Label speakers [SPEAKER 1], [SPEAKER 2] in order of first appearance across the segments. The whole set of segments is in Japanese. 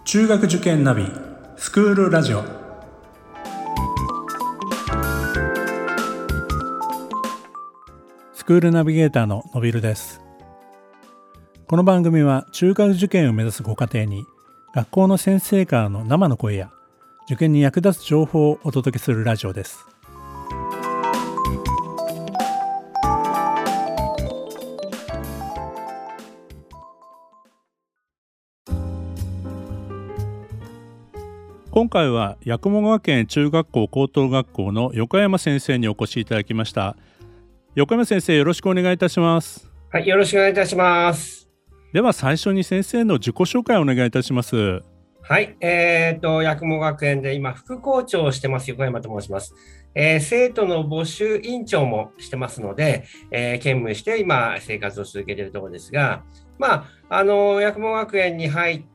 [SPEAKER 1] 中学受験ナビスクールラジオ。スクールナビゲーターののびるです。この番組は中学受験を目指すご家庭に学校の先生からの生の声や受験に役立つ情報をお届けするラジオです。今回は八雲学園中学校高等学校の横山先生にお越しいただきました。横山先生、よろしくお願いいたします。
[SPEAKER 2] はい、よろしくお願いいたします。
[SPEAKER 1] では最初に先生の自己紹介をお願いいたします。
[SPEAKER 2] はい、八雲学園で今副校長をしてます横山と申します。生徒の募集委員長もしてますので、兼務して今生活を続けているところですが、八雲学園に入って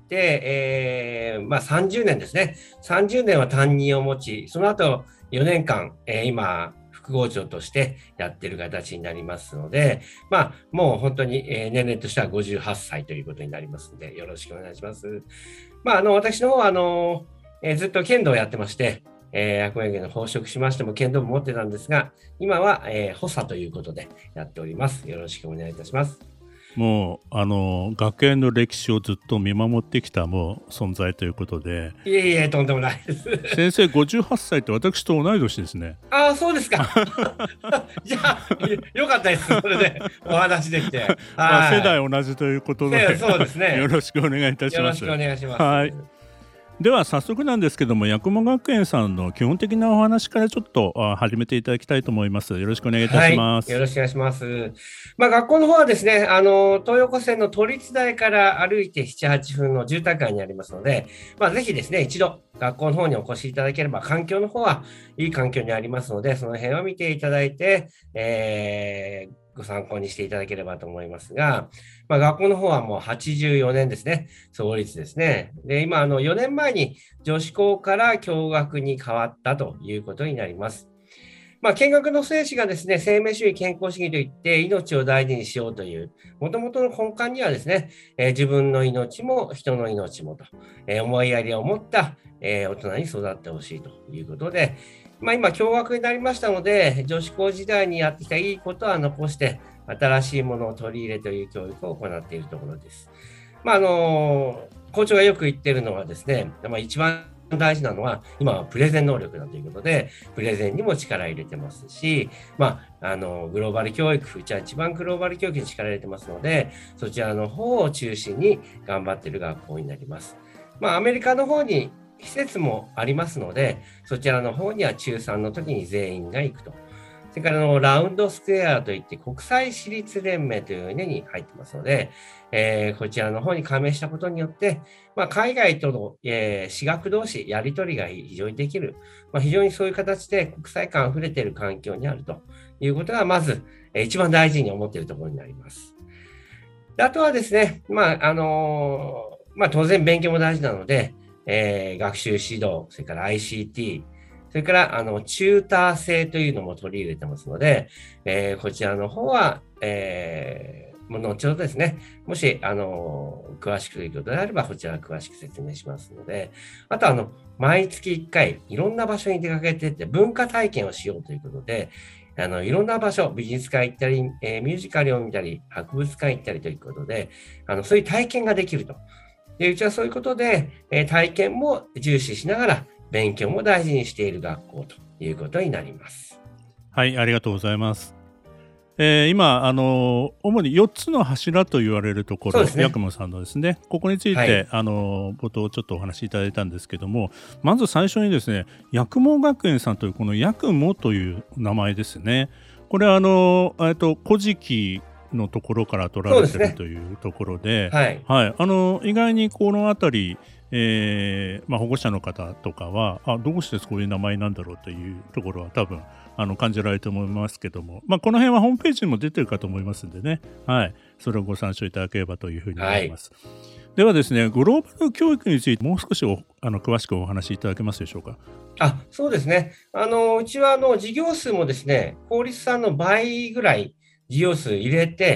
[SPEAKER 2] 、30年ですね。30年は担任を持ち、その後4年間、今副校長としてやっている形になりますので、もう本当に年齢としては58歳ということになりますので、よろしくお願いします。私の方はずっと剣道をやってまして、八雲学園の奉職しましても剣道部持ってたんですが、今は補佐ということでやっております。よろしくお願いいたします。
[SPEAKER 1] もう学園の歴史をずっと見守ってきたもう存在ということで。
[SPEAKER 2] いえ、とんでもないです。
[SPEAKER 1] 先生58歳って私と同い年ですね。
[SPEAKER 2] ああ、そうですか。じゃあよかったです。それでお話できて。
[SPEAKER 1] 世代同じということで、
[SPEAKER 2] そうですね。
[SPEAKER 1] よろしくお願いいたします。
[SPEAKER 2] よろしくお願いします。
[SPEAKER 1] はい。では早速なんですけども、八雲学園さんの基本的なお話からちょっと始めていただきたいと思います。よろしくお願いいたします。
[SPEAKER 2] よろしくお願いします。学校の方はですね、東横線の都立大から歩いて7、8分の住宅街にありますので、ぜひですね、一度学校の方にお越しいただければ、環境の方はいい環境にありますので、その辺を見ていただいて、ご参考にしていただければと思いますが、学校の方はもう84年ですね、創立ですね。で、今4年前に女子校から共学に変わったということになります。見学の精神がですね、生命主義、健康主義といって命を大事にしようという、もともとの根幹にはですね、自分の命も人の命もと、思いやりを持った、大人に育ってほしいということで、今、共学になりましたので、女子校時代にやってきたいいことは残して、新しいものを取り入れという教育を行っているところです。校長がよく言っているのはですね、一番大事なのは今はプレゼン能力だということで、プレゼンにも力入れてますし、グローバル教育、うちは一番グローバル教育に力入れてますので、そちらの方を中心に頑張っている学校になります。アメリカの方に施設もありますので、そちらの方には中3の時に全員が行くと。それからラウンドスクエアといって国際私立連盟というのに入ってますので、こちらの方に加盟したことによって、海外との、私学同士やり取りが非常にできる、非常にそういう形で国際感あふれている環境にあるということがまず、一番大事に思っているところになります。であとはですね、当然勉強も大事なので、学習指導、それから ICT、それからチューター制というのも取り入れてますので、こちらの方は、後ほどですね、もし詳しくということであれば、こちら詳しく説明しますので、あと毎月1回、いろんな場所に出かけていって文化体験をしようということで、いろんな場所、美術館行ったり、ミュージカルを見たり、博物館行ったりということで、そういう体験ができると。で、うちはそういうことで、体験も重視しながら、勉強も大事にしている学校ということになります。
[SPEAKER 1] はい、ありがとうございます。今主に4つの柱と言われるところ、八雲さんのですね、ここについて、冒頭ちょっとお話しいただいたんですけども、まず最初にですね、八雲学園さんというこの八雲という名前ですね、これは古事記のところから取られているというところで、意外にこのあたり、保護者の方とかはどうしてそういう名前なんだろうというところは多分感じられると思いますけども、この辺はホームページにも出てるかと思いますんでね、それをご参照いただければというふうに思います。ではですね、グローバル教育についてもう少し詳しくお話しいただけますでしょうか。
[SPEAKER 2] そうですね。うちは事業数もですね、公立さんの倍ぐらい事業数入れて、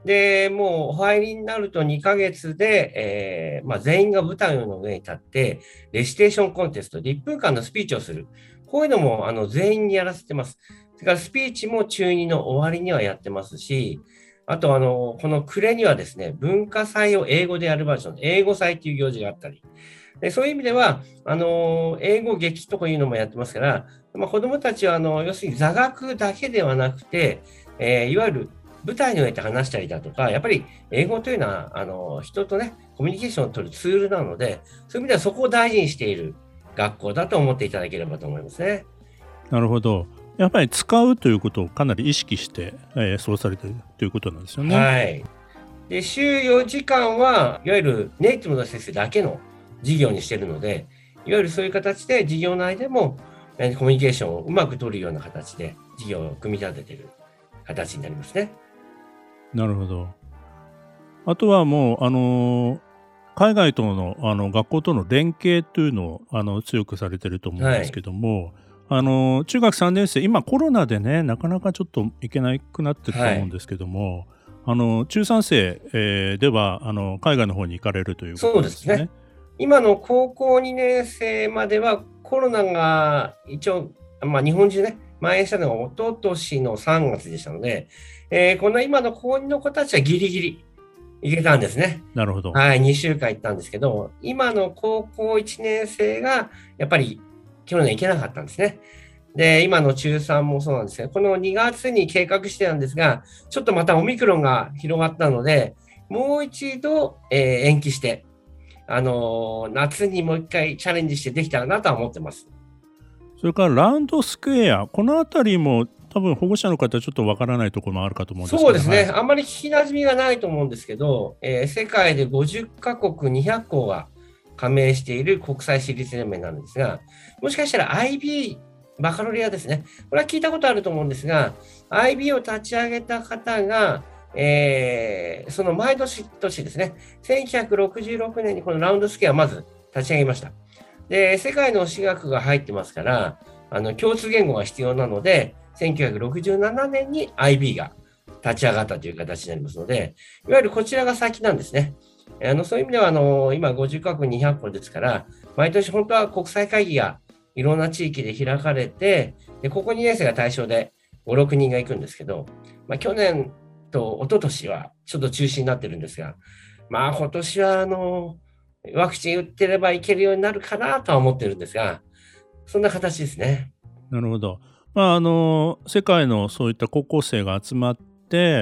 [SPEAKER 2] で、もうお入りになると2ヶ月で、全員が舞台の上に立って、レシテーションコンテストで1分間のスピーチをする。こういうのも全員にやらせてます。それからスピーチも中2の終わりにはやってますし、あとこの暮れにはですね、文化祭を英語でやるバージョン、英語祭という行事があったり、でそういう意味では、英語劇とかいうのもやってますから、子どもたちは要するに座学だけではなくて、いわゆる舞台において話したりだとか、やっぱり英語というのは人とね、コミュニケーションを取るツールなので、そういう意味ではそこを大事にしている学校だと思っていただければと思いますね。
[SPEAKER 1] なるほど。やっぱり使うということをかなり意識して、そうされているということなんですよね。
[SPEAKER 2] はい。で、週4時間はいわゆるネイティブの先生だけの授業にしているので、いわゆるそういう形で授業内でもコミュニケーションをうまく取るような形で授業を組み立てている形になりますね。
[SPEAKER 1] なるほど。あとはもう、海外との、学校との連携というのを強くされていると思うんですけども、中学3年生、今コロナでね、なかなかちょっと行けなくなってると思うんですけども、中3生、では海外の方に行かれるということですね。そうですね。
[SPEAKER 2] 今の高校2年生まではコロナが一応、日本中ね、蔓延したのが一昨年の3月でしたので、この今の高2の子たちはギリギリ行けたんですね。
[SPEAKER 1] なるほど。
[SPEAKER 2] はい、2週間行ったんですけど、今の高校1年生がやっぱり去年行けなかったんですね。で、今の中3もそうなんですけど、この2月に計画してたんですが、ちょっとまたオミクロンが広がったので、もう一度、延期して、夏にもう一回チャレンジしてできたらなとは思ってます。
[SPEAKER 1] それからラウンドスクエア、このあたりも多分保護者の方はちょっとわからないところもあるかと思うんですけど。
[SPEAKER 2] そうですね、はい、あんまり聞きなじみがないと思うんですけど、世界で50カ国200校が加盟している国際私立連盟なんですが、もしかしたら IB、バカロレアですね、これは聞いたことあると思うんですが、IB を立ち上げた方が、その前年ですね、1966年にこのラウンドスクエアをまず立ち上げました。で、世界の私学が入ってますから、共通言語が必要なので、1967年に IB が立ち上がったという形になりますので、いわゆるこちらが先なんですね。そういう意味では今50カ国200個ですから、毎年本当は国際会議がいろんな地域で開かれて、でここ2年生が対象で5、6人が行くんですけど、去年と一昨年はちょっと中止になってるんですが、今年はワクチン打ってればいけるようになるかなとは思ってるんですが、そんな形ですね。
[SPEAKER 1] なるほど。世界のそういった高校生が集まって、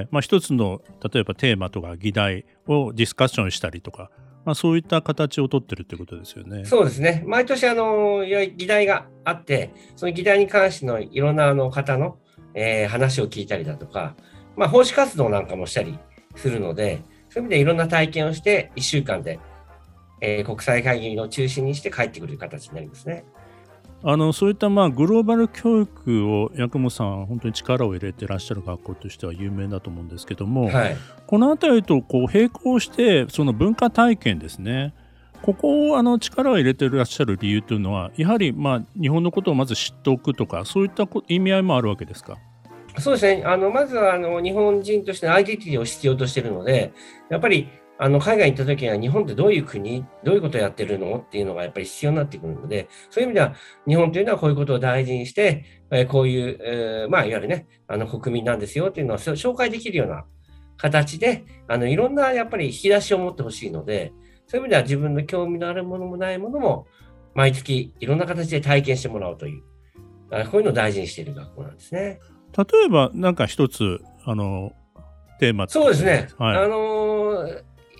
[SPEAKER 1] 一つの例えばテーマとか議題をディスカッションしたりとか、そういった形をとってるということですよね。
[SPEAKER 2] そうですね。毎年議題があって、その議題に関してのいろんな方の、話を聞いたりだとか、奉仕活動なんかもしたりするので、そういう意味でいろんな体験をして1週間で、国際会議の中心にして帰ってくる形になりますね。
[SPEAKER 1] そういったグローバル教育を八雲さん本当に力を入れてらっしゃる学校としては有名だと思うんですけども、はい、この辺りと並行してその文化体験ですね、ここを力を入れてらっしゃる理由というのはやはり日本のことをまず知っておくとかそういった意味合いもあるわけですか？
[SPEAKER 2] そうですね。まずは日本人としてのアイデンティティを必要としているので、やっぱり海外に行った時には日本ってどういう国、どういうことをやってるのっていうのがやっぱり必要になってくるので、そういう意味では日本というのはこういうことを大事にして、こういう、いわゆるね、国民なんですよっていうのを紹介できるような形で、いろんなやっぱり引き出しを持ってほしいので、そういう意味では自分の興味のあるものもないものも毎月いろんな形で体験してもらうという、こういうのを大事にしている学校なんですね。
[SPEAKER 1] 例えば何か一つテーマ、
[SPEAKER 2] そうですね、はい、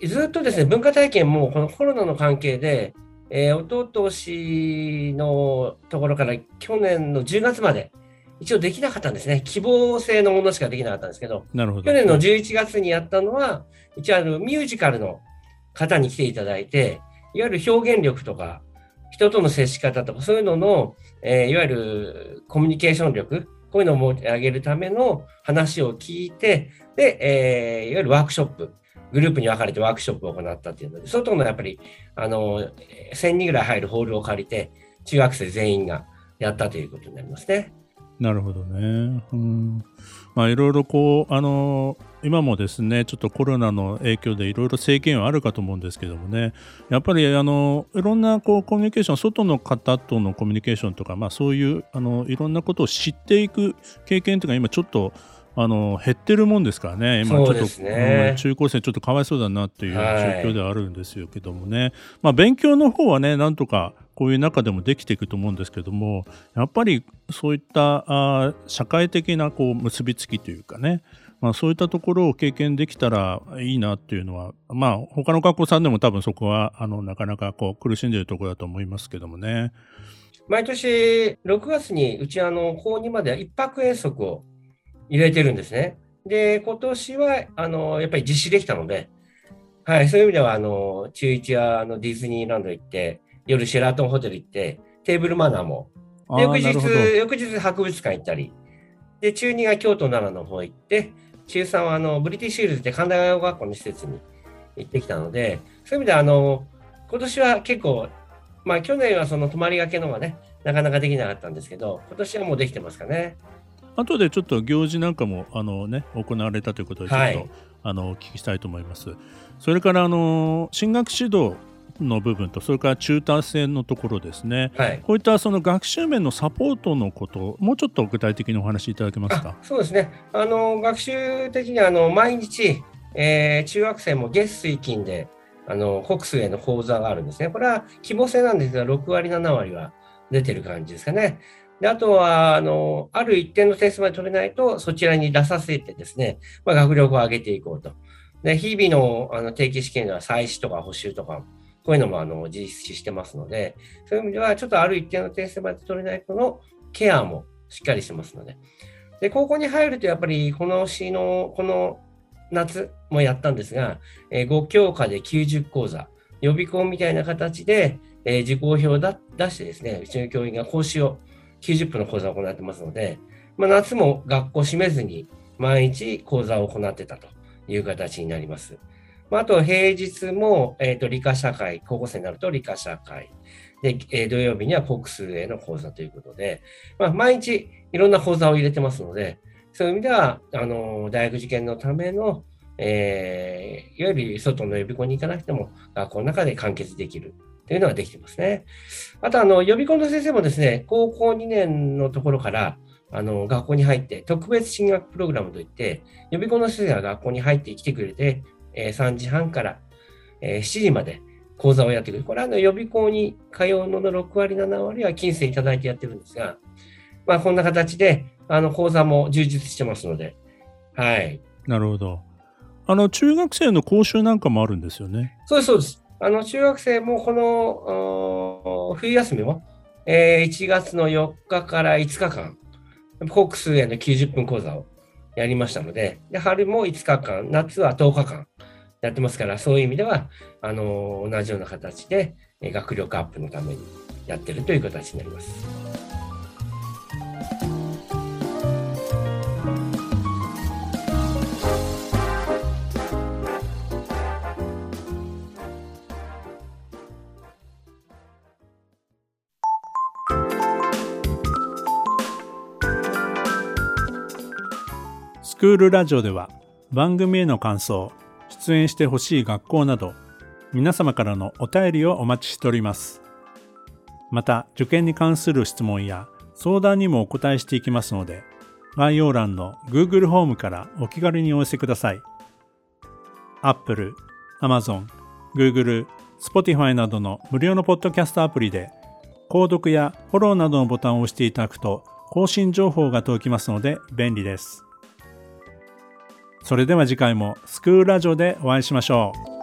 [SPEAKER 2] ずっとですね文化体験もこのコロナの関係で、一昨年のところから去年の10月まで一応できなかったんですね。希望性のものしかできなかったんですけど、去年の11月にやったのは一応ミュージカルの方に来ていただいて、いわゆる表現力とか人との接し方とかそういうのの、いわゆるコミュニケーション力、こういうのを盛り上げるための話を聞いて、で、いわゆるワークショップ、グループに分かれてワークショップを行ったっていうので、外のやっぱり1000人ぐらい入るホールを借りて、中学生全員がやったということになりますね。
[SPEAKER 1] なるほどね。いろいろ今もですね、ちょっとコロナの影響でいろいろ制限はあるかと思うんですけどもね、やっぱりいろんなコミュニケーション、外の方とのコミュニケーションとか、そういういろんなことを知っていく経験というのが今ちょっと減ってるもんですからね、今ちょっと、中高生ちょっとかわいそうだなっていう状況ではあるんですよけどもね、勉強の方はね、なんとかこういう中でもできていくと思うんですけども、やっぱりそういった社会的な結びつきというかね、そういったところを経験できたらいいなっていうのは、他の学校さんでも多分そこはなかなか苦しんでいるところだと思いますけどもね。
[SPEAKER 2] 毎年6月にうち高2までは1泊遠足を入れてるんですね。で、今年はやっぱり実施できたので、はい、そういう意味では中1はディズニーランド行って、夜シェラトンホテル行って、テーブルマナーも、で翌日博物館行ったり、で中2が京都奈良の方行って、中3はブリティッシュヒルズって神田外語学校の施設に行ってきたので、そういう意味では今年は結構、去年はその泊まりがけのがね、なかなかできなかったんですけど、今年はもうできてますかね。
[SPEAKER 1] 後でちょっと行事なんかも行われたということでちょっと、お聞きしたいと思います。それから進学指導の部分と、それからチューター制のところですね、こういったその学習面のサポートのこと、もうちょっと具体的にお話しいただけますか。
[SPEAKER 2] そうですね、学習的には毎日、中学生も月水金で国数への講座があるんですね。これは希望制なんですが、6割7割は出てる感じですかね。であとはある一定の点数まで取れないとそちらに出させてですね、学力を上げていこうと。で日々の定期試験では採試とか補習とかこういうのも実施してますので、そういう意味ではちょっとある一定の点数まで取れない子のケアもしっかりしてますので、で高校に入るとやっぱりこの夏もやったんですが、5教科で90講座、予備校みたいな形で、受講票を出してですね、うちの教員が講師を90分の講座を行ってますので、夏も学校閉めずに毎日講座を行ってたという形になります。あと平日も、理科社会、高校生になると理科社会で、土曜日には国数への講座ということで、毎日いろんな講座を入れてますので、そういう意味では大学受験のための、いわゆる外の予備校に行かなくても学校の中で完結できるというのができてますね。あと予備校の先生もですね、高校2年のところから学校に入って特別進学プログラムといって、予備校の先生が学校に入ってきてくれて、3時半から、7時まで講座をやってくる。これは予備校に通うのの6割7割は金銭いただいてやってるんですが、こんな形で講座も充実してますので、はい。
[SPEAKER 1] なるほど。中学生の講習なんかもあるんですよね。
[SPEAKER 2] そうです、そうです。中学生もこの冬休みも、1月の4日から5日間、国数への90分講座をやりましたので、春も5日間、夏は10日間やってますから、そういう意味では同じような形で学力アップのためにやってるという形になります。
[SPEAKER 1] スクールラジオでは番組への感想、出演してほしい学校など皆様からのお便りをお待ちしております。また受験に関する質問や相談にもお答えしていきますので、概要欄の Google フォームからお気軽にお寄せください。Apple、Amazon、Google、Spotify などの無料のポッドキャストアプリで購読やフォローなどのボタンを押していただくと更新情報が届きますので便利です。それでは次回もスクールラジオでお会いしましょう。